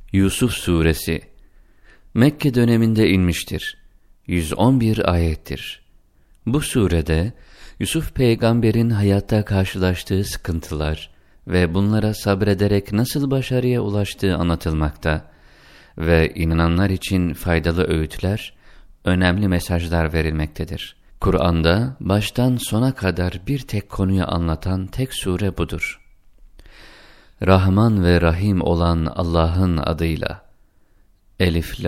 Yusuf Suresi Mekke döneminde inmiştir. 111 ayettir. Bu surede Yusuf peygamberin hayatta karşılaştığı sıkıntılar ve bunlara sabrederek nasıl başarıya ulaştığı anlatılmakta ve inananlar için faydalı öğütler, önemli mesajlar verilmektedir. Kur'an'da baştan sona kadar bir tek konuyu anlatan tek sure budur. Rahman ve Rahim olan Allah'ın adıyla. Elif,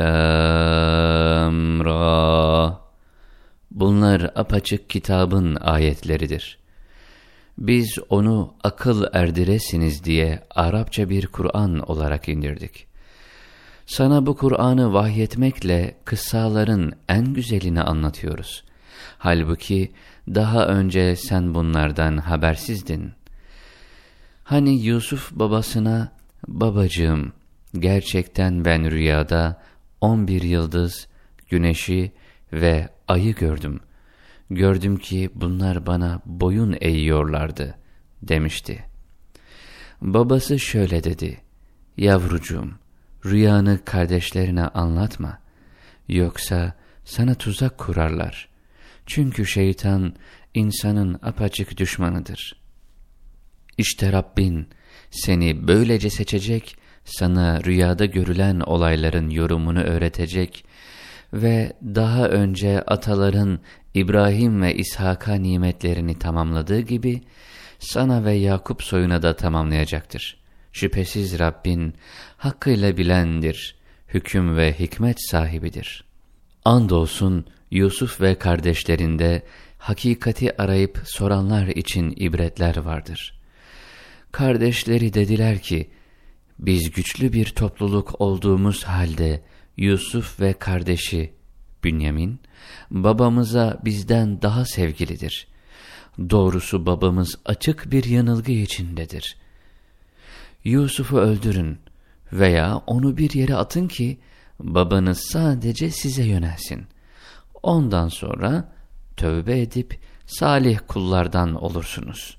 Lam, Ra. Bunlar apaçık kitabın ayetleridir. Biz onu akıl erdiresiniz diye Arapça bir Kur'an olarak indirdik. Sana bu Kur'an'ı vahyetmekle kıssaların en güzelini anlatıyoruz. Halbuki daha önce sen bunlardan habersizdin. Hani Yusuf babasına, babacığım, gerçekten ben rüyada 11 yıldız, güneşi ve ayı gördüm. Gördüm ki bunlar bana boyun eğiyorlardı demişti. Babası şöyle dedi: yavrucuğum, rüyanı kardeşlerine anlatma, yoksa sana tuzak kurarlar. Çünkü şeytan insanın apaçık düşmanıdır. İşte Rabbin seni böylece seçecek, sana rüyada görülen olayların yorumunu öğretecek ve daha önce ataların İbrahim ve İshak'a nimetlerini tamamladığı gibi sana ve Yakup soyuna da tamamlayacaktır. Şüphesiz Rabbin hakkıyla bilendir, hüküm ve hikmet sahibidir. Andolsun Yusuf ve kardeşlerinde hakikati arayıp soranlar için ibretler vardır. Kardeşleri dediler ki, biz güçlü bir topluluk olduğumuz halde Yusuf ve kardeşi Bünyamin, babamıza bizden daha sevgilidir. Doğrusu babamız açık bir yanılgı içindedir. Yusuf'u öldürün veya onu bir yere atın ki babanız sadece size yönelsin. Ondan sonra tövbe edip salih kullardan olursunuz.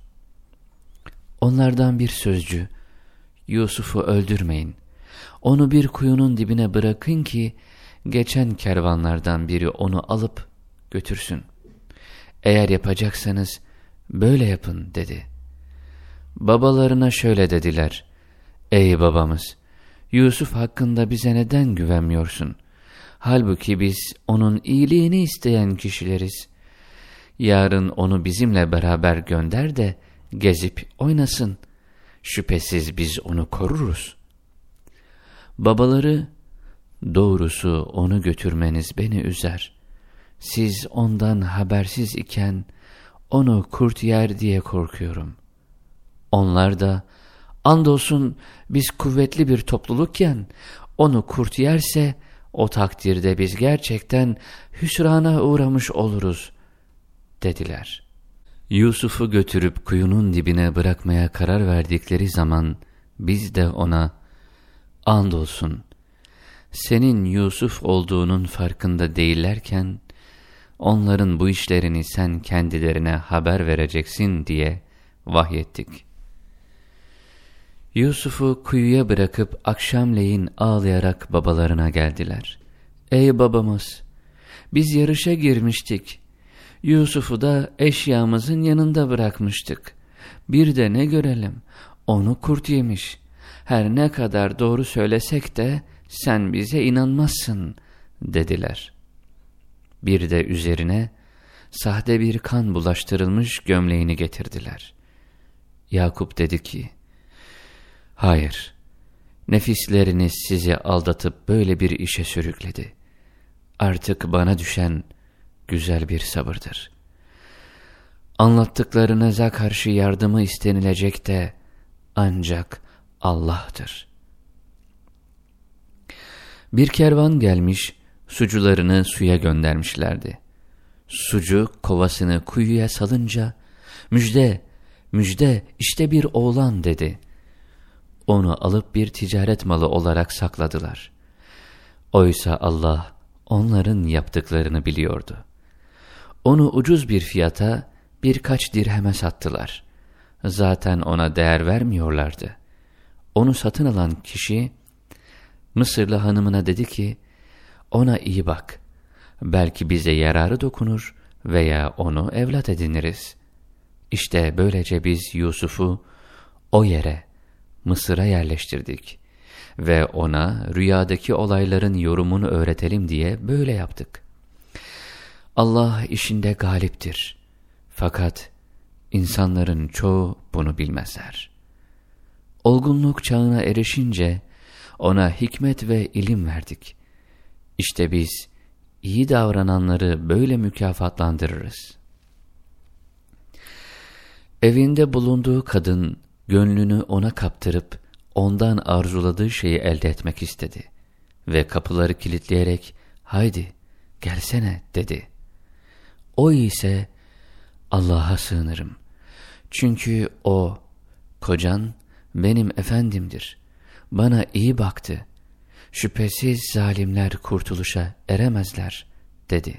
Onlardan bir sözcü, Yusuf'u öldürmeyin, onu bir kuyunun dibine bırakın ki geçen kervanlardan biri onu alıp götürsün. Eğer yapacaksanız böyle yapın dedi. Babalarına şöyle dediler: ey babamız, Yusuf hakkında bize neden güvenmiyorsun? Halbuki biz onun iyiliğini isteyen kişileriz. Yarın onu bizimle beraber gönder de gezip oynasın. Şüphesiz biz onu koruruz. Babaları, doğrusu onu götürmeniz beni üzer. Siz ondan habersiz iken onu kurt yer diye korkuyorum. Onlar da, andolsun biz kuvvetli bir toplulukken onu kurt yerse o takdirde biz gerçekten hüsrana uğramış oluruz dediler. Yusuf'u götürüp kuyunun dibine bırakmaya karar verdikleri zaman biz de ona, andolsun senin Yusuf olduğunun farkında değillerken onların bu işlerini sen kendilerine haber vereceksin diye vahyettik. Yusuf'u kuyuya bırakıp akşamleyin ağlayarak babalarına geldiler. Ey babamız, biz yarışa girmiştik. Yusuf'u da eşyamızın yanında bırakmıştık. Bir de ne görelim, onu kurt yemiş. Her ne kadar doğru söylesek de sen bize inanmazsın dediler. Bir de üzerine sahte bir kan bulaştırılmış gömleğini getirdiler. Yakup dedi ki, hayır, nefisleriniz sizi aldatıp böyle bir işe sürükledi. Artık bana düşen güzel bir sabırdır. Anlattıklarınıza karşı yardımı istenilecek de ancak Allah'tır. Bir kervan gelmiş, sucularını suya göndermişlerdi. Sucu kovasını kuyuya salınca, müjde, müjde, işte bir oğlan dedi. Onu alıp bir ticaret malı olarak sakladılar. Oysa Allah onların yaptıklarını biliyordu. Onu ucuz bir fiyata birkaç dirheme sattılar. Zaten ona değer vermiyorlardı. Onu satın alan kişi, Mısırlı hanımına dedi ki, ona iyi bak, belki bize yararı dokunur veya onu evlat ediniriz. İşte böylece biz Yusuf'u o yere, Mısır'a yerleştirdik ve ona rüyadaki olayların yorumunu öğretelim diye böyle yaptık. Allah işinde galiptir. Fakat insanların çoğu bunu bilmezler. Olgunluk çağına erişince ona hikmet ve ilim verdik. İşte biz iyi davrananları böyle mükafatlandırırız. Evinde bulunduğu kadın gönlünü ona kaptırıp ondan arzuladığı şeyi elde etmek istedi ve kapıları kilitleyerek "Haydi gelsene" dedi. O ise "Allah'a sığınırım. Çünkü o, kocan benim efendimdir. Bana iyi baktı. Şüphesiz zalimler kurtuluşa eremezler" dedi.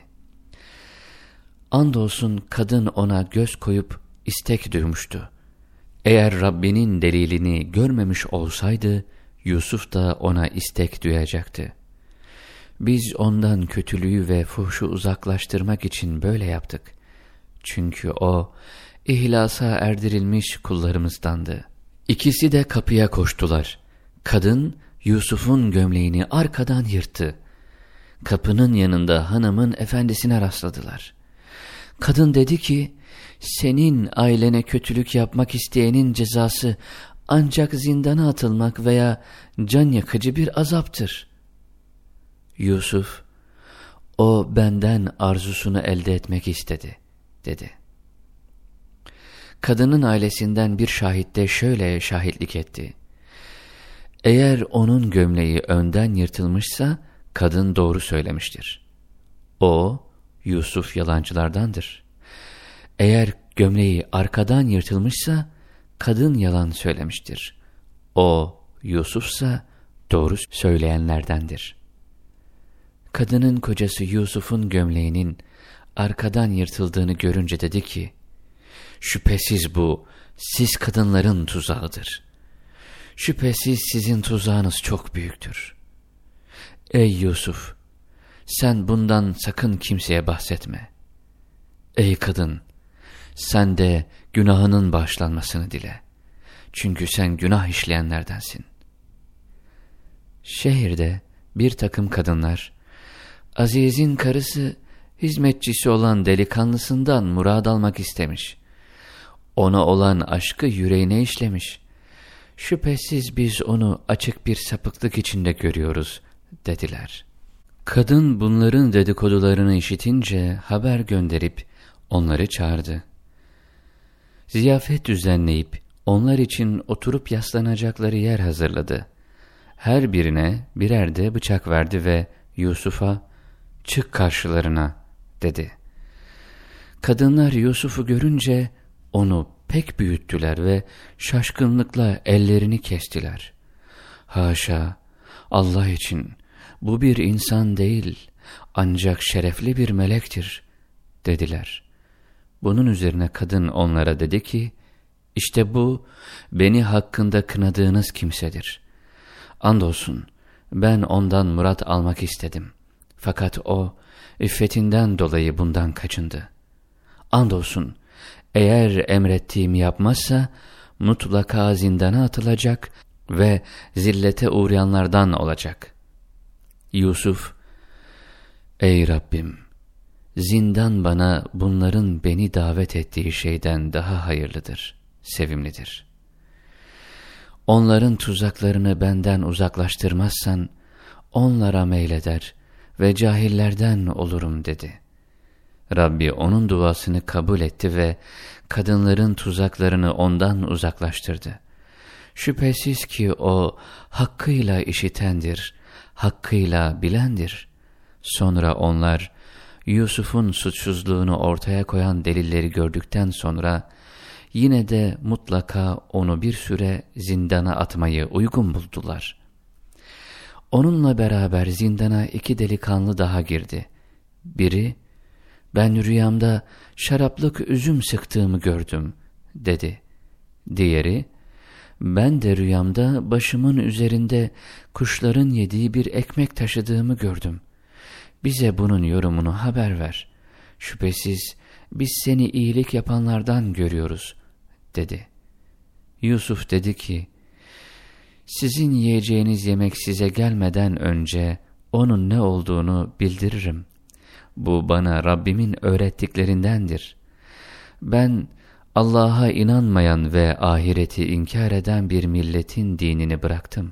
Andolsun kadın ona göz koyup istek duymuştu. Eğer Rabbinin delilini görmemiş olsaydı, Yusuf da ona istek duyacaktı. Biz ondan kötülüğü ve fuhşu uzaklaştırmak için böyle yaptık. Çünkü o, ihlasa erdirilmiş kullarımızdandı. İkisi de kapıya koştular. Kadın, Yusuf'un gömleğini arkadan yırttı. Kapının yanında hanımın efendisine rastladılar. Kadın dedi ki, senin ailene kötülük yapmak isteyenin cezası ancak zindana atılmak veya can yakıcı bir azaptır. Yusuf, o benden arzusunu elde etmek istedi, dedi. Kadının ailesinden bir şahit de şöyle şahitlik etti. Eğer onun gömleği önden yırtılmışsa, kadın doğru söylemiştir. O, Yusuf yalancılardandır. Eğer gömleği arkadan yırtılmışsa, kadın yalan söylemiştir. O, Yusuf'sa doğru söyleyenlerdendir. Kadının kocası Yusuf'un gömleğinin arkadan yırtıldığını görünce dedi ki, şüphesiz bu siz kadınların tuzağıdır. Şüphesiz sizin tuzağınız çok büyüktür. Ey Yusuf, sen bundan sakın kimseye bahsetme. Ey kadın, sen de günahının bağışlanmasını dile. Çünkü sen günah işleyenlerdensin. Şehirde bir takım kadınlar, Aziz'in karısı hizmetçisi olan delikanlısından murad almak istemiş. Ona olan aşkı yüreğine işlemiş. Şüphesiz biz onu açık bir sapıklık içinde görüyoruz, dediler. Kadın bunların dedikodularını işitince haber gönderip onları çağırdı. Ziyafet düzenleyip onlar için oturup yaslanacakları yer hazırladı. Her birine birer de bıçak verdi ve Yusuf'a "Çık karşılarına" dedi. Kadınlar Yusuf'u görünce onu pek büyüttüler ve şaşkınlıkla ellerini kestiler. Haşa, Allah için bu bir insan değil, ancak şerefli bir melektir, dediler. Bunun üzerine kadın onlara dedi ki, işte bu beni hakkında kınadığınız kimsedir. Andolsun ben ondan murat almak istedim. Fakat o iffetinden dolayı bundan kaçındı. Andolsun eğer emrettiğimi yapmazsa mutlaka zindana atılacak ve zillete uğrayanlardan olacak. Yusuf, ey Rabbim, zindan bana bunların beni davet ettiği şeyden daha hayırlıdır, sevimlidir. Onların tuzaklarını benden uzaklaştırmazsan onlara meyleder ve cahillerden olurum dedi. Rabbi onun duasını kabul etti ve kadınların tuzaklarını ondan uzaklaştırdı. Şüphesiz ki o hakkıyla işitendir, hakkıyla bilendir. Sonra onlar Yusuf'un suçsuzluğunu ortaya koyan delilleri gördükten sonra yine de mutlaka onu bir süre zindana atmayı uygun buldular. Onunla beraber zindana iki delikanlı daha girdi. Biri, ben rüyamda şaraplık üzüm sıktığımı gördüm, dedi. Diğeri, ben de rüyamda başımın üzerinde kuşların yediği bir ekmek taşıdığımı gördüm. Bize bunun yorumunu haber ver. Şüphesiz biz seni iyilik yapanlardan görüyoruz, dedi. Yusuf dedi ki, sizin yiyeceğiniz yemek size gelmeden önce onun ne olduğunu bildiririm. Bu bana Rabbimin öğrettiklerindendir. Ben Allah'a inanmayan ve ahireti inkar eden bir milletin dinini bıraktım.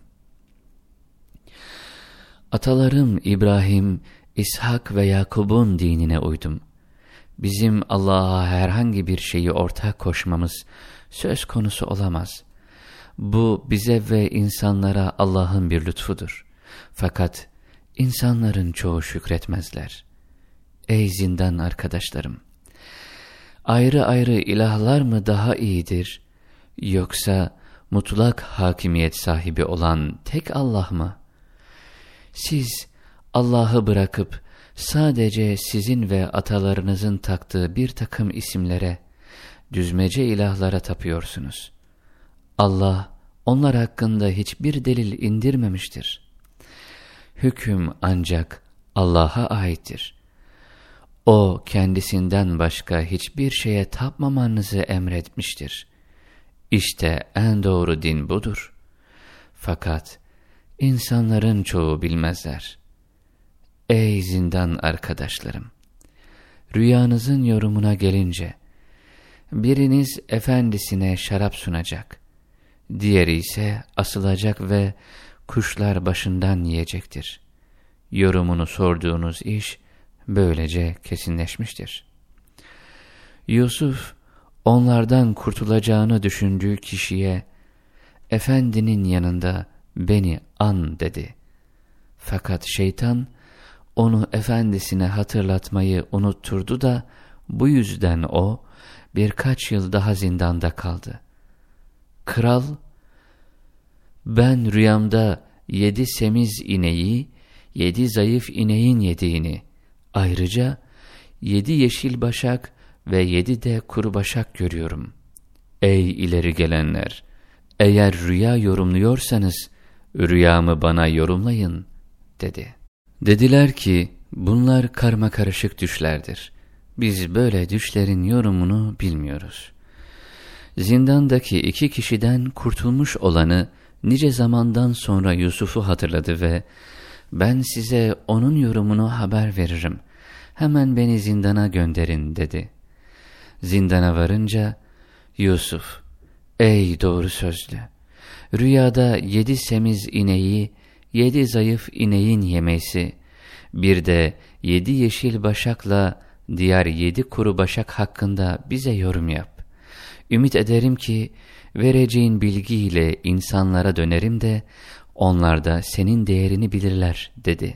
Atalarım İbrahim, İshak ve Yakub'un dinine uydum. Bizim Allah'a herhangi bir şeyi ortak koşmamız söz konusu olamaz. Bu bize ve insanlara Allah'ın bir lütfudur. Fakat insanların çoğu şükretmezler. Ey zindan arkadaşlarım! Ayrı ayrı ilahlar mı daha iyidir, yoksa mutlak hakimiyet sahibi olan tek Allah mı? Siz Allah'ı bırakıp sadece sizin ve atalarınızın taktığı bir takım isimlere, düzmece ilahlara tapıyorsunuz. Allah onlar hakkında hiçbir delil indirmemiştir. Hüküm ancak Allah'a aittir. O kendisinden başka hiçbir şeye tapmamanızı emretmiştir. İşte en doğru din budur. Fakat insanların çoğu bilmezler. Ey zindan arkadaşlarım! Rüyanızın yorumuna gelince, biriniz efendisine şarap sunacak, diğeri ise asılacak ve kuşlar başından yiyecektir. Yorumunu sorduğunuz iş böylece kesinleşmiştir. Yusuf, onlardan kurtulacağını düşündüğü kişiye, efendinin yanında beni an dedi. Fakat şeytan, onu efendisine hatırlatmayı unutturdu da, bu yüzden o, birkaç yıl daha zindanda kaldı. Kral, ben rüyamda 7 semiz ineği, 7 zayıf ineğin yediğini, ayrıca 7 yeşil başak ve 7 de kuru başak görüyorum. Ey ileri gelenler! Eğer rüya yorumluyorsanız, rüyamı bana yorumlayın, dedi. Dediler ki, bunlar karmakarışık düşlerdir. Biz böyle düşlerin yorumunu bilmiyoruz. Zindandaki 2 kişiden kurtulmuş olanı, nice zamandan sonra Yusuf'u hatırladı ve, ben size onun yorumunu haber veririm. Hemen beni zindana gönderin, dedi. Zindana varınca, Yusuf, ey doğru sözlü! Rüyada 7 semiz ineği, 7 zayıf ineğin yemesi, bir de 7 yeşil başakla diğer 7 kuru başak hakkında bize yorum yap. Ümit ederim ki vereceğin bilgiyle insanlara dönerim de onlar da senin değerini bilirler, dedi.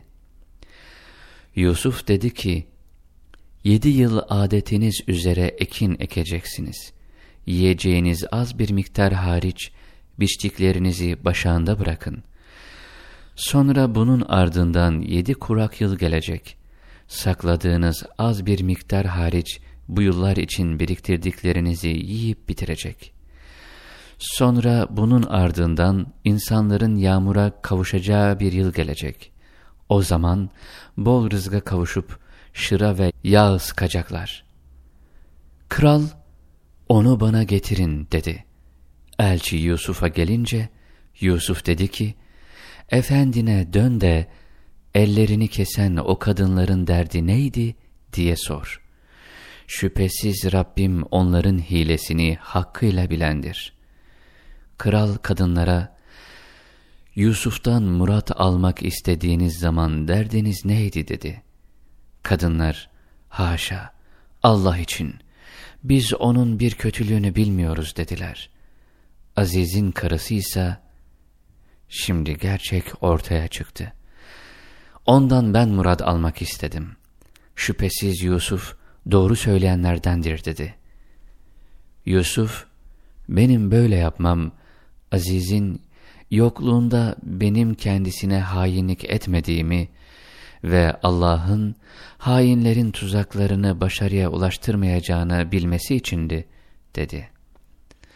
Yusuf dedi ki, 7 yıl adetiniz üzere ekin ekeceksiniz. Yiyeceğiniz az bir miktar hariç biçtiklerinizi başağında bırakın. Sonra bunun ardından 7 kurak yıl gelecek. Sakladığınız az bir miktar hariç bu yıllar için biriktirdiklerinizi yiyip bitirecek. Sonra bunun ardından insanların yağmura kavuşacağı bir yıl gelecek. O zaman bol rızka kavuşup şıra ve yağ sıkacaklar. Kral, onu bana getirin, dedi. Elçi Yusuf'a gelince, Yusuf dedi ki, efendine dön de ellerini kesen o kadınların derdi neydi diye sor. Şüphesiz Rabbim onların hilesini hakkıyla bilendir. Kral kadınlara, Yusuf'tan murat almak istediğiniz zaman derdiniz neydi, dedi. Kadınlar, haşa, Allah için, biz onun bir kötülüğünü bilmiyoruz, dediler. Aziz'in karısıysa, şimdi gerçek ortaya çıktı. Ondan ben murad almak istedim. Şüphesiz Yusuf doğru söyleyenlerdendir, dedi. Yusuf, benim böyle yapmam, Aziz'in yokluğunda benim kendisine hainlik etmediğimi ve Allah'ın hainlerin tuzaklarını başarıya ulaştırmayacağını bilmesi içindi, dedi.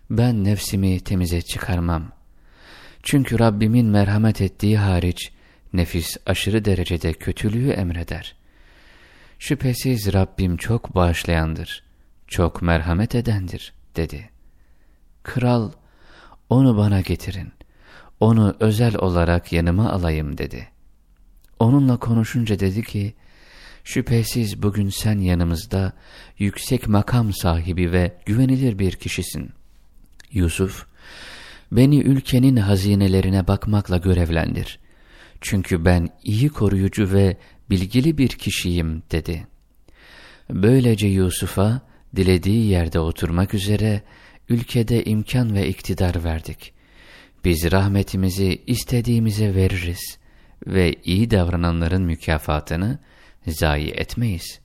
ben nefsimi temize çıkarmam. Çünkü Rabbimin merhamet ettiği hariç, nefis aşırı derecede kötülüğü emreder. Şüphesiz Rabbim çok bağışlayandır, çok merhamet edendir, dedi. Kral, onu bana getirin, onu özel olarak yanıma alayım, dedi. Onunla konuşunca dedi ki, şüphesiz bugün sen yanımızda yüksek makam sahibi ve güvenilir bir kişisin. Yusuf, beni ülkenin hazinelerine bakmakla görevlendir. Çünkü ben iyi koruyucu ve bilgili bir kişiyim, dedi. Böylece Yusuf'a dilediği yerde oturmak üzere ülkede imkan ve iktidar verdik. Biz rahmetimizi istediğimize veririz ve iyi davrananların mükafatını zayi etmeyiz.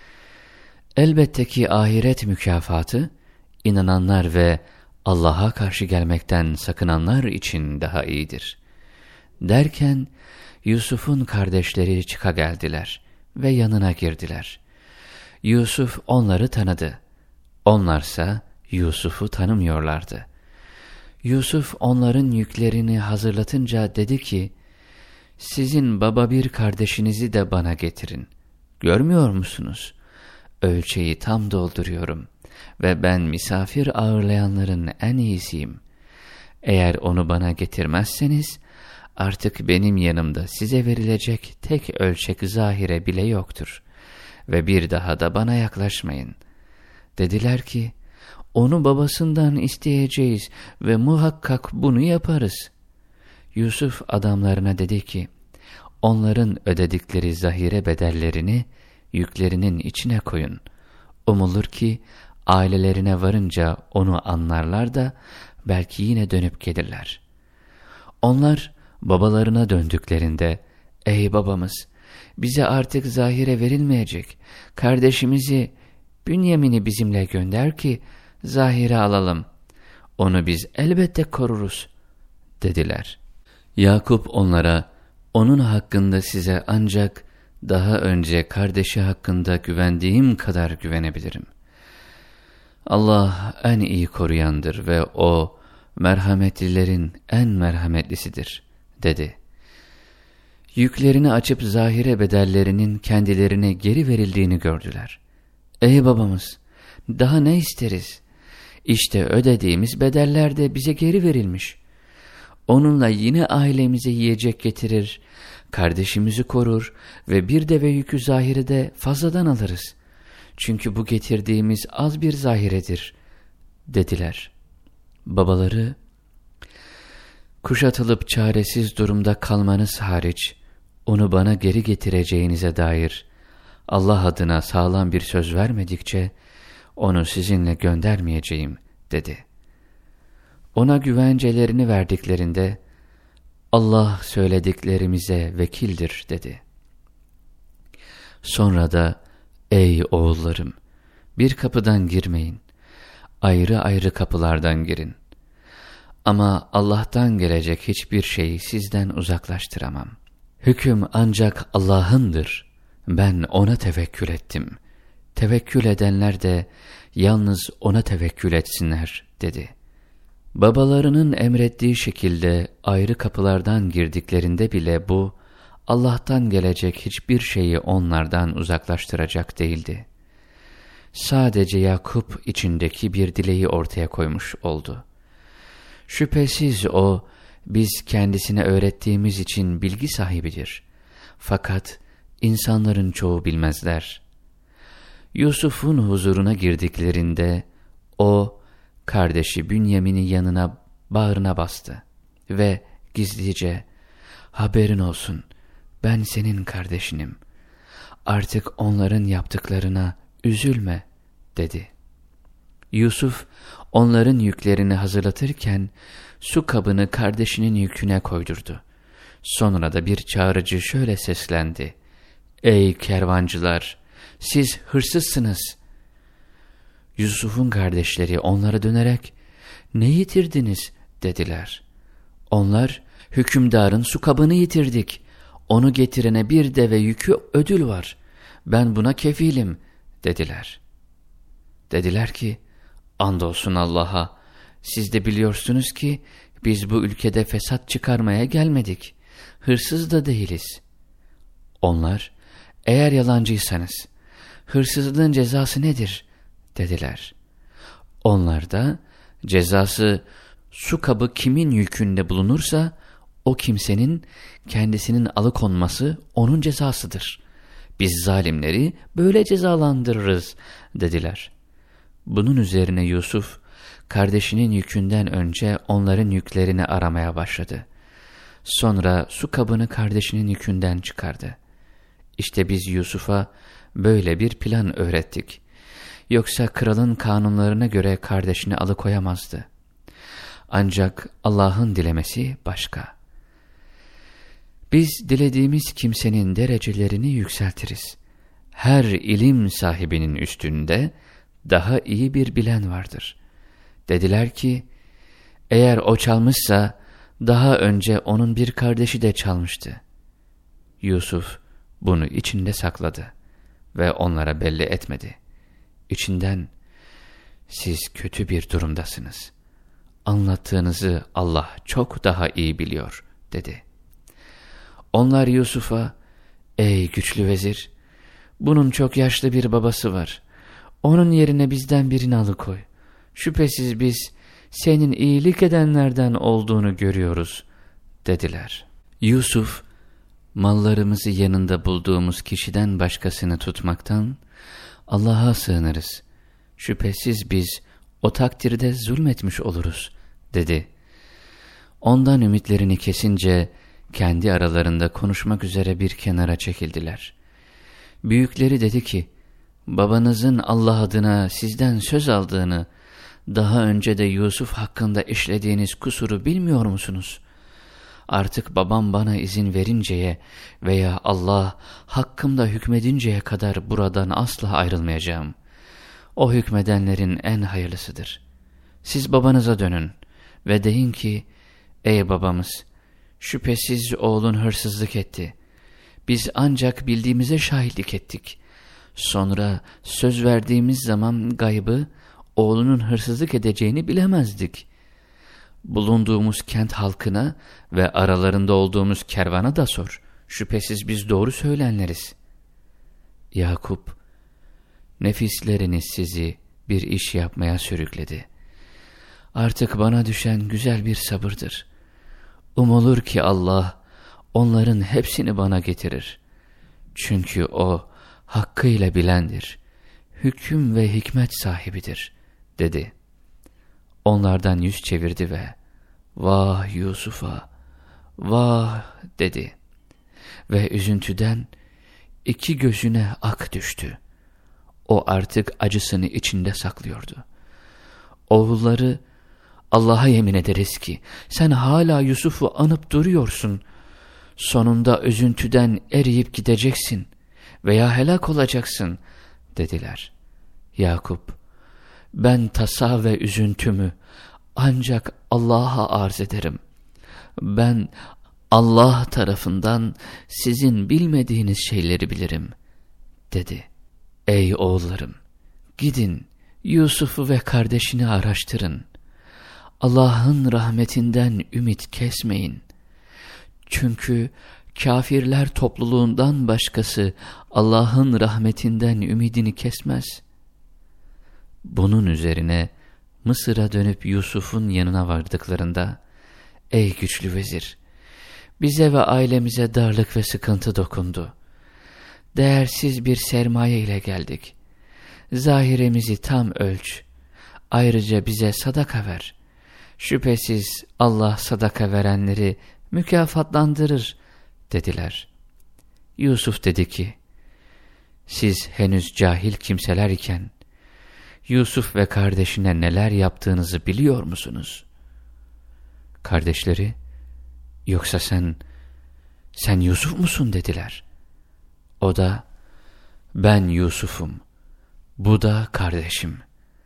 Elbette ki ahiret mükafatı, inananlar ve Allah'a karşı gelmekten sakınanlar için daha iyidir. Derken Yusuf'un kardeşleri çıka geldiler ve yanına girdiler. Yusuf onları tanıdı. Onlarsa Yusuf'u tanımıyorlardı. Yusuf onların yüklerini hazırlatınca dedi ki, sizin baba bir kardeşinizi de bana getirin. Görmüyor musunuz? Ölçeyi tam dolduruyorum ve ben misafir ağırlayanların en iyisiyim. Eğer onu bana getirmezseniz, artık benim yanımda size verilecek tek ölçek zahire bile yoktur ve bir daha da bana yaklaşmayın. Dediler ki, onu babasından isteyeceğiz ve muhakkak bunu yaparız. Yusuf adamlarına dedi ki, onların ödedikleri zahire bedellerini yüklerinin içine koyun. Umulur ki ailelerine varınca onu anlarlar da belki yine dönüp gelirler. Onlar babalarına döndüklerinde, ey babamız, bize artık zahire verilmeyecek, kardeşimizi Bünyamin'i bizimle gönder ki zahire alalım. Onu biz elbette koruruz, dediler. Yakup onlara, onun hakkında size ancak daha önce kardeşi hakkında güvendiğim kadar güvenebilirim. Allah en iyi koruyandır ve O merhametlilerin en merhametlisidir, dedi. Yüklerini açıp zahire bedellerinin kendilerine geri verildiğini gördüler. Ey babamız, daha ne isteriz? İşte ödediğimiz bedeller de bize geri verilmiş. Onunla yine ailemize yiyecek getirir, kardeşimizi korur ve bir deve yükü zahirede fazladan alırız. Çünkü bu getirdiğimiz az bir zahiredir, dediler. Babaları, kuşatılıp çaresiz durumda kalmanız hariç, onu bana geri getireceğinize dair Allah adına sağlam bir söz vermedikçe, onu sizinle göndermeyeceğim, dedi. Ona güvencelerini verdiklerinde, Allah söylediklerimize vekildir, dedi. Sonra da, ey oğullarım, bir kapıdan girmeyin, ayrı ayrı kapılardan girin. Ama Allah'tan gelecek hiçbir şeyi sizden uzaklaştıramam. Hüküm ancak Allah'ındır. Ben O'na tevekkül ettim. Tevekkül edenler de yalnız O'na tevekkül etsinler, dedi. Babalarının emrettiği şekilde ayrı kapılardan girdiklerinde bile bu, Allah'tan gelecek hiçbir şeyi onlardan uzaklaştıracak değildi. Sadece Yakup içindeki bir dileği ortaya koymuş oldu. Şüphesiz O, biz kendisine öğrettiğimiz için bilgi sahibidir. Fakat insanların çoğu bilmezler. Yusuf'un huzuruna girdiklerinde, O, kardeşi Bünyamin'i yanına, bağrına bastı ve gizlice, haberin olsun, ben senin kardeşinim. Artık onların yaptıklarına üzülme, dedi. Yusuf, onların yüklerini hazırlatırken, su kabını kardeşinin yüküne koydurdu. Sonra da bir çağrıcı şöyle seslendi. Ey kervancılar! Siz hırsızsınız. Yusuf'un kardeşleri onlara dönerek, ne yitirdiniz, dediler. Onlar, hükümdarın su kabını yitirdik. Onu getirene bir deve yükü ödül var. Ben buna kefilim, dediler. Dediler ki, andolsun Allah'a, Siz de biliyorsunuz ki biz bu ülkede fesat çıkarmaya gelmedik. Hırsız da değiliz. Onlar, eğer yalancıysanız hırsızlığın cezası nedir dediler. Onlar da cezası su kabı kimin yükünde bulunursa o kimsenin kendisinin alıkonması onun cezasıdır. Biz zalimleri böyle cezalandırırız dediler. Bunun üzerine Yusuf kardeşinin yükünden önce onların yüklerini aramaya başladı. Sonra su kabını kardeşinin yükünden çıkardı. İşte biz Yusuf'a böyle bir plan öğrettik. Yoksa kralın kanunlarına göre kardeşini alıkoyamazdı. Ancak Allah'ın dilemesi başka. Biz dilediğimiz kimsenin derecelerini yükseltiriz. Her ilim sahibinin üstünde daha iyi bir bilen vardır. Dediler ki, eğer o çalmışsa daha önce onun bir kardeşi de çalmıştı. Yusuf bunu içinde sakladı ve onlara belli etmedi. İçinden, siz kötü bir durumdasınız. Anlattığınızı Allah çok daha iyi biliyor dedi. Onlar Yusuf'a, ey güçlü vezir, bunun çok yaşlı bir babası var. Onun yerine bizden birini alıkoy. Şüphesiz biz senin iyilik edenlerden olduğunu görüyoruz dediler. Yusuf, mallarımızı yanında bulduğumuz kişiden başkasını tutmaktan Allah'a sığınırız. Şüphesiz biz o takdirde zulmetmiş oluruz dedi. Ondan ümitlerini kesince kendi aralarında konuşmak üzere bir kenara çekildiler. Büyükleri dedi ki, babanızın Allah adına sizden söz aldığını, daha önce de Yusuf hakkında işlediğiniz kusuru bilmiyor musunuz? Artık babam bana izin verinceye veya Allah hakkımda hükmedinceye kadar buradan asla ayrılmayacağım. O hükmedenlerin en hayırlısıdır. Siz babanıza dönün ve deyin ki, ey babamız, şüphesiz oğlun hırsızlık etti. Biz ancak bildiğimize şahitlik ettik. Sonra söz verdiğimiz zaman gaybı, oğlunun hırsızlık edeceğini bilemezdik. Bulunduğumuz kent halkına ve aralarında olduğumuz kervana da sor. Şüphesiz biz doğru söylenleriz. Yakup, nefisleriniz sizi bir iş yapmaya sürükledi. Artık bana düşen güzel bir sabırdır. Umulur ki Allah onların hepsini bana getirir. Çünkü O hakkıyla bilendir, hüküm ve hikmet sahibidir dedi. Onlardan yüz çevirdi ve vah Yusuf'a, vah dedi. Ve üzüntüden iki gözüne ak düştü. O artık acısını içinde saklıyordu. Oğulları, Allah'a yemin ederiz ki sen hala Yusuf'u anıp duruyorsun. Sonunda üzüntüden eriyip gideceksin veya helak olacaksın dediler. Yakup, ben tasa ve üzüntümü ancak Allah'a arz ederim. Ben Allah tarafından sizin bilmediğiniz şeyleri bilirim dedi. Ey oğullarım, gidin Yusuf'u ve kardeşini araştırın. Allah'ın rahmetinden ümit kesmeyin. Çünkü kafirler topluluğundan başkası Allah'ın rahmetinden ümidini kesmez. Bunun üzerine Mısır'a dönüp Yusuf'un yanına vardıklarında, ey güçlü vezir, bize ve ailemize darlık ve sıkıntı dokundu. Değersiz bir sermaye ile geldik. Zahiremizi tam ölç. Ayrıca bize sadaka ver. Şüphesiz Allah sadaka verenleri mükafatlandırır dediler. Yusuf dedi ki, siz henüz cahil kimseler iken Yusuf ve kardeşine neler yaptığınızı biliyor musunuz? Kardeşleri, yoksa sen Yusuf musun dediler. O da, ben Yusuf'um, bu da kardeşim.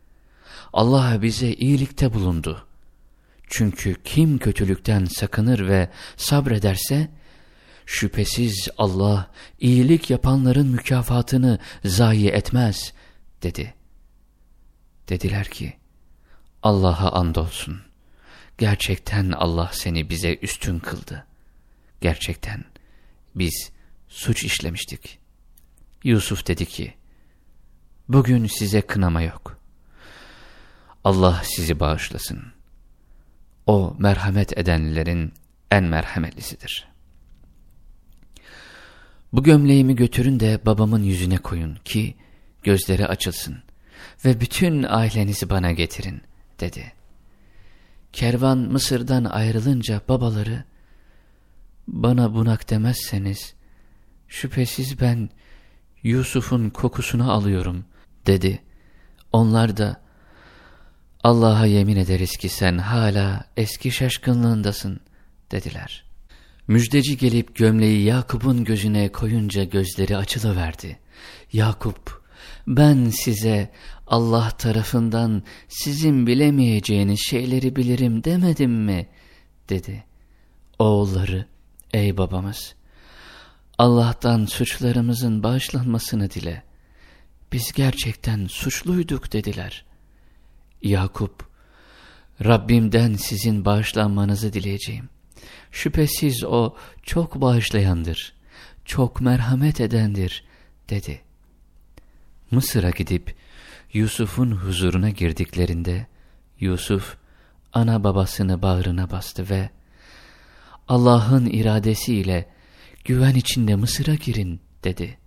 Allah bize iyilikte bulundu. Çünkü kim kötülükten sakınır ve sabrederse, şüphesiz Allah iyilik yapanların mükafatını zayi etmez dedi. Dediler ki, Allah'a andolsun. Gerçekten Allah seni bize üstün kıldı. Gerçekten biz suç işlemiştik. Yusuf dedi ki, bugün size kınama yok. Allah sizi bağışlasın. O merhamet edenlerin en merhametlisidir. Bu gömleğimi götürün de babamın yüzüne koyun ki gözleri açılsın ve bütün ailenizi bana getirin dedi. Kervan Mısır'dan ayrılınca babaları, bana bunak demezseniz şüphesiz ben Yusuf'un kokusunu alıyorum dedi. Onlar da, Allah'a yemin ederiz ki sen hala eski şaşkınlığındasın dediler. Müjdeci gelip gömleği Yakup'un gözüne koyunca gözleri açılıverdi. Yakup, ben size Allah tarafından sizin bilemeyeceğiniz şeyleri bilirim demedim mi? Dedi. Oğulları, ey babamız, Allah'tan suçlarımızın bağışlanmasını dile. Biz gerçekten suçluyduk dediler. Yakup, Rabbimden sizin bağışlanmanızı dileyeceğim. Şüphesiz o çok bağışlayandır, çok merhamet edendir dedi. Mısır'a gidip Yusuf'un huzuruna girdiklerinde Yusuf ana babasını bağrına bastı ve Allah'ın iradesiyle güven içinde Mısır'a girin dedi.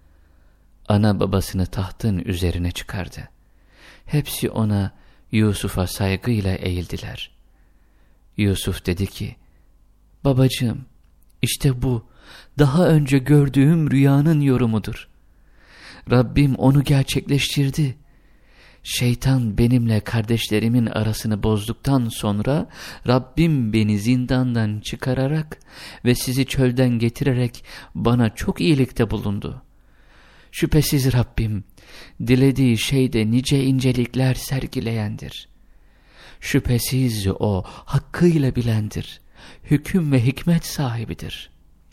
Ana babasını tahtın üzerine çıkardı. Hepsi ona Yusuf'a saygıyla eğildiler. Yusuf dedi ki, babacığım, işte bu daha önce gördüğüm rüyanın yorumudur. Rabbim onu gerçekleştirdi. Şeytan benimle kardeşlerimin arasını bozduktan sonra Rabbim beni zindandan çıkararak ve sizi çölden getirerek bana çok iyilikte bulundu. Şüphesiz Rabbim dilediği şeyde nice incelikler sergileyendir. Şüphesiz o hakkıyla bilendir, hüküm ve hikmet sahibidir.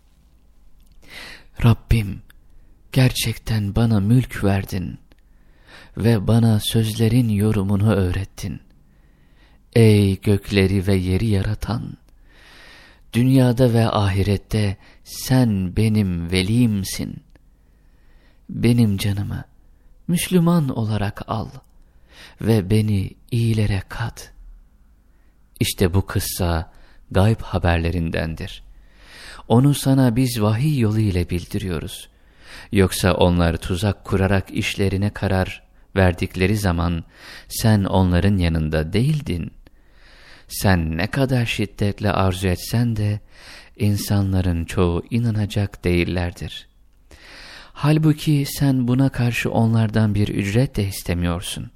Rabbim, gerçekten bana mülk verdin ve bana sözlerin yorumunu öğrettin. Ey gökleri ve yeri yaratan! Dünyada ve ahirette sen benim velimsin. Benim canımı Müslüman olarak al ve beni iyilere kat. İşte bu kıssa gayb haberlerindendir. Onu sana biz vahiy yolu ile bildiriyoruz. Yoksa onlar tuzak kurarak işlerine karar verdikleri zaman sen onların yanında değildin. Sen ne kadar şiddetle arzu etsen de insanların çoğu inanacak değillerdir. Halbuki sen buna karşı onlardan bir ücret de istemiyorsun.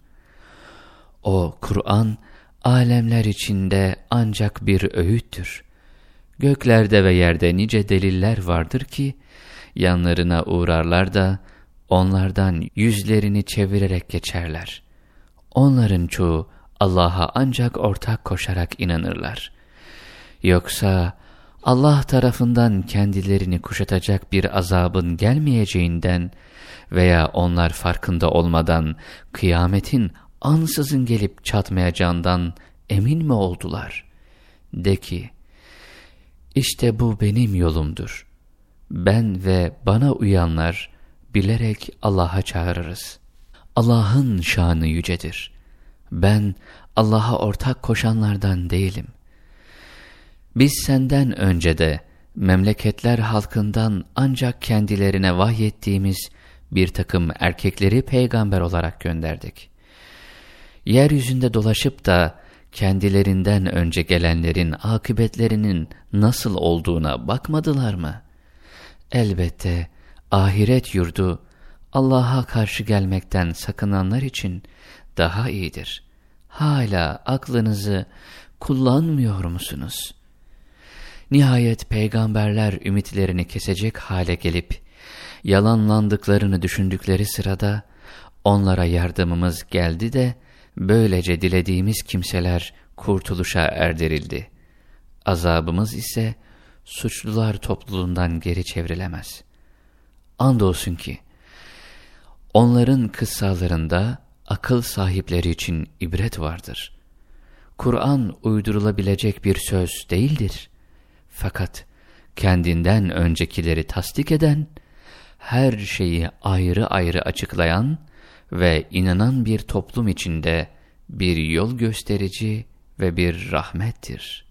O Kur'an alemler içinde ancak bir öğüttür. Göklerde ve yerde nice deliller vardır ki yanlarına uğrarlar da onlardan yüzlerini çevirerek geçerler. Onların çoğu Allah'a ancak ortak koşarak inanırlar. Yoksa Allah tarafından kendilerini kuşatacak bir azabın gelmeyeceğinden veya onlar farkında olmadan kıyametin ansızın gelip çatmayacağından emin mi oldular? De ki, işte bu benim yolumdur. Ben ve bana uyanlar bilerek Allah'a çağırırız. Allah'ın şanı yücedir. Ben Allah'a ortak koşanlardan değilim. Biz senden önce de memleketler halkından ancak kendilerine vahyettiğimiz bir takım erkekleri peygamber olarak gönderdik. Yeryüzünde dolaşıp da kendilerinden önce gelenlerin akıbetlerinin nasıl olduğuna bakmadılar mı? Elbette ahiret yurdu Allah'a karşı gelmekten sakınanlar için daha iyidir. Hala aklınızı kullanmıyor musunuz? Nihayet peygamberler ümitlerini kesecek hale gelip yalanlandıklarını düşündükleri sırada onlara yardımımız geldi de böylece dilediğimiz kimseler kurtuluşa erdirildi. Azabımız ise suçlular topluluğundan geri çevrilemez. Andolsun ki onların kıssalarında akıl sahipleri için ibret vardır. Kur'an uydurulabilecek bir söz değildir. Fakat kendinden öncekileri tasdik eden, her şeyi ayrı ayrı açıklayan ve inanan bir toplum içinde bir yol gösterici ve bir rahmettir.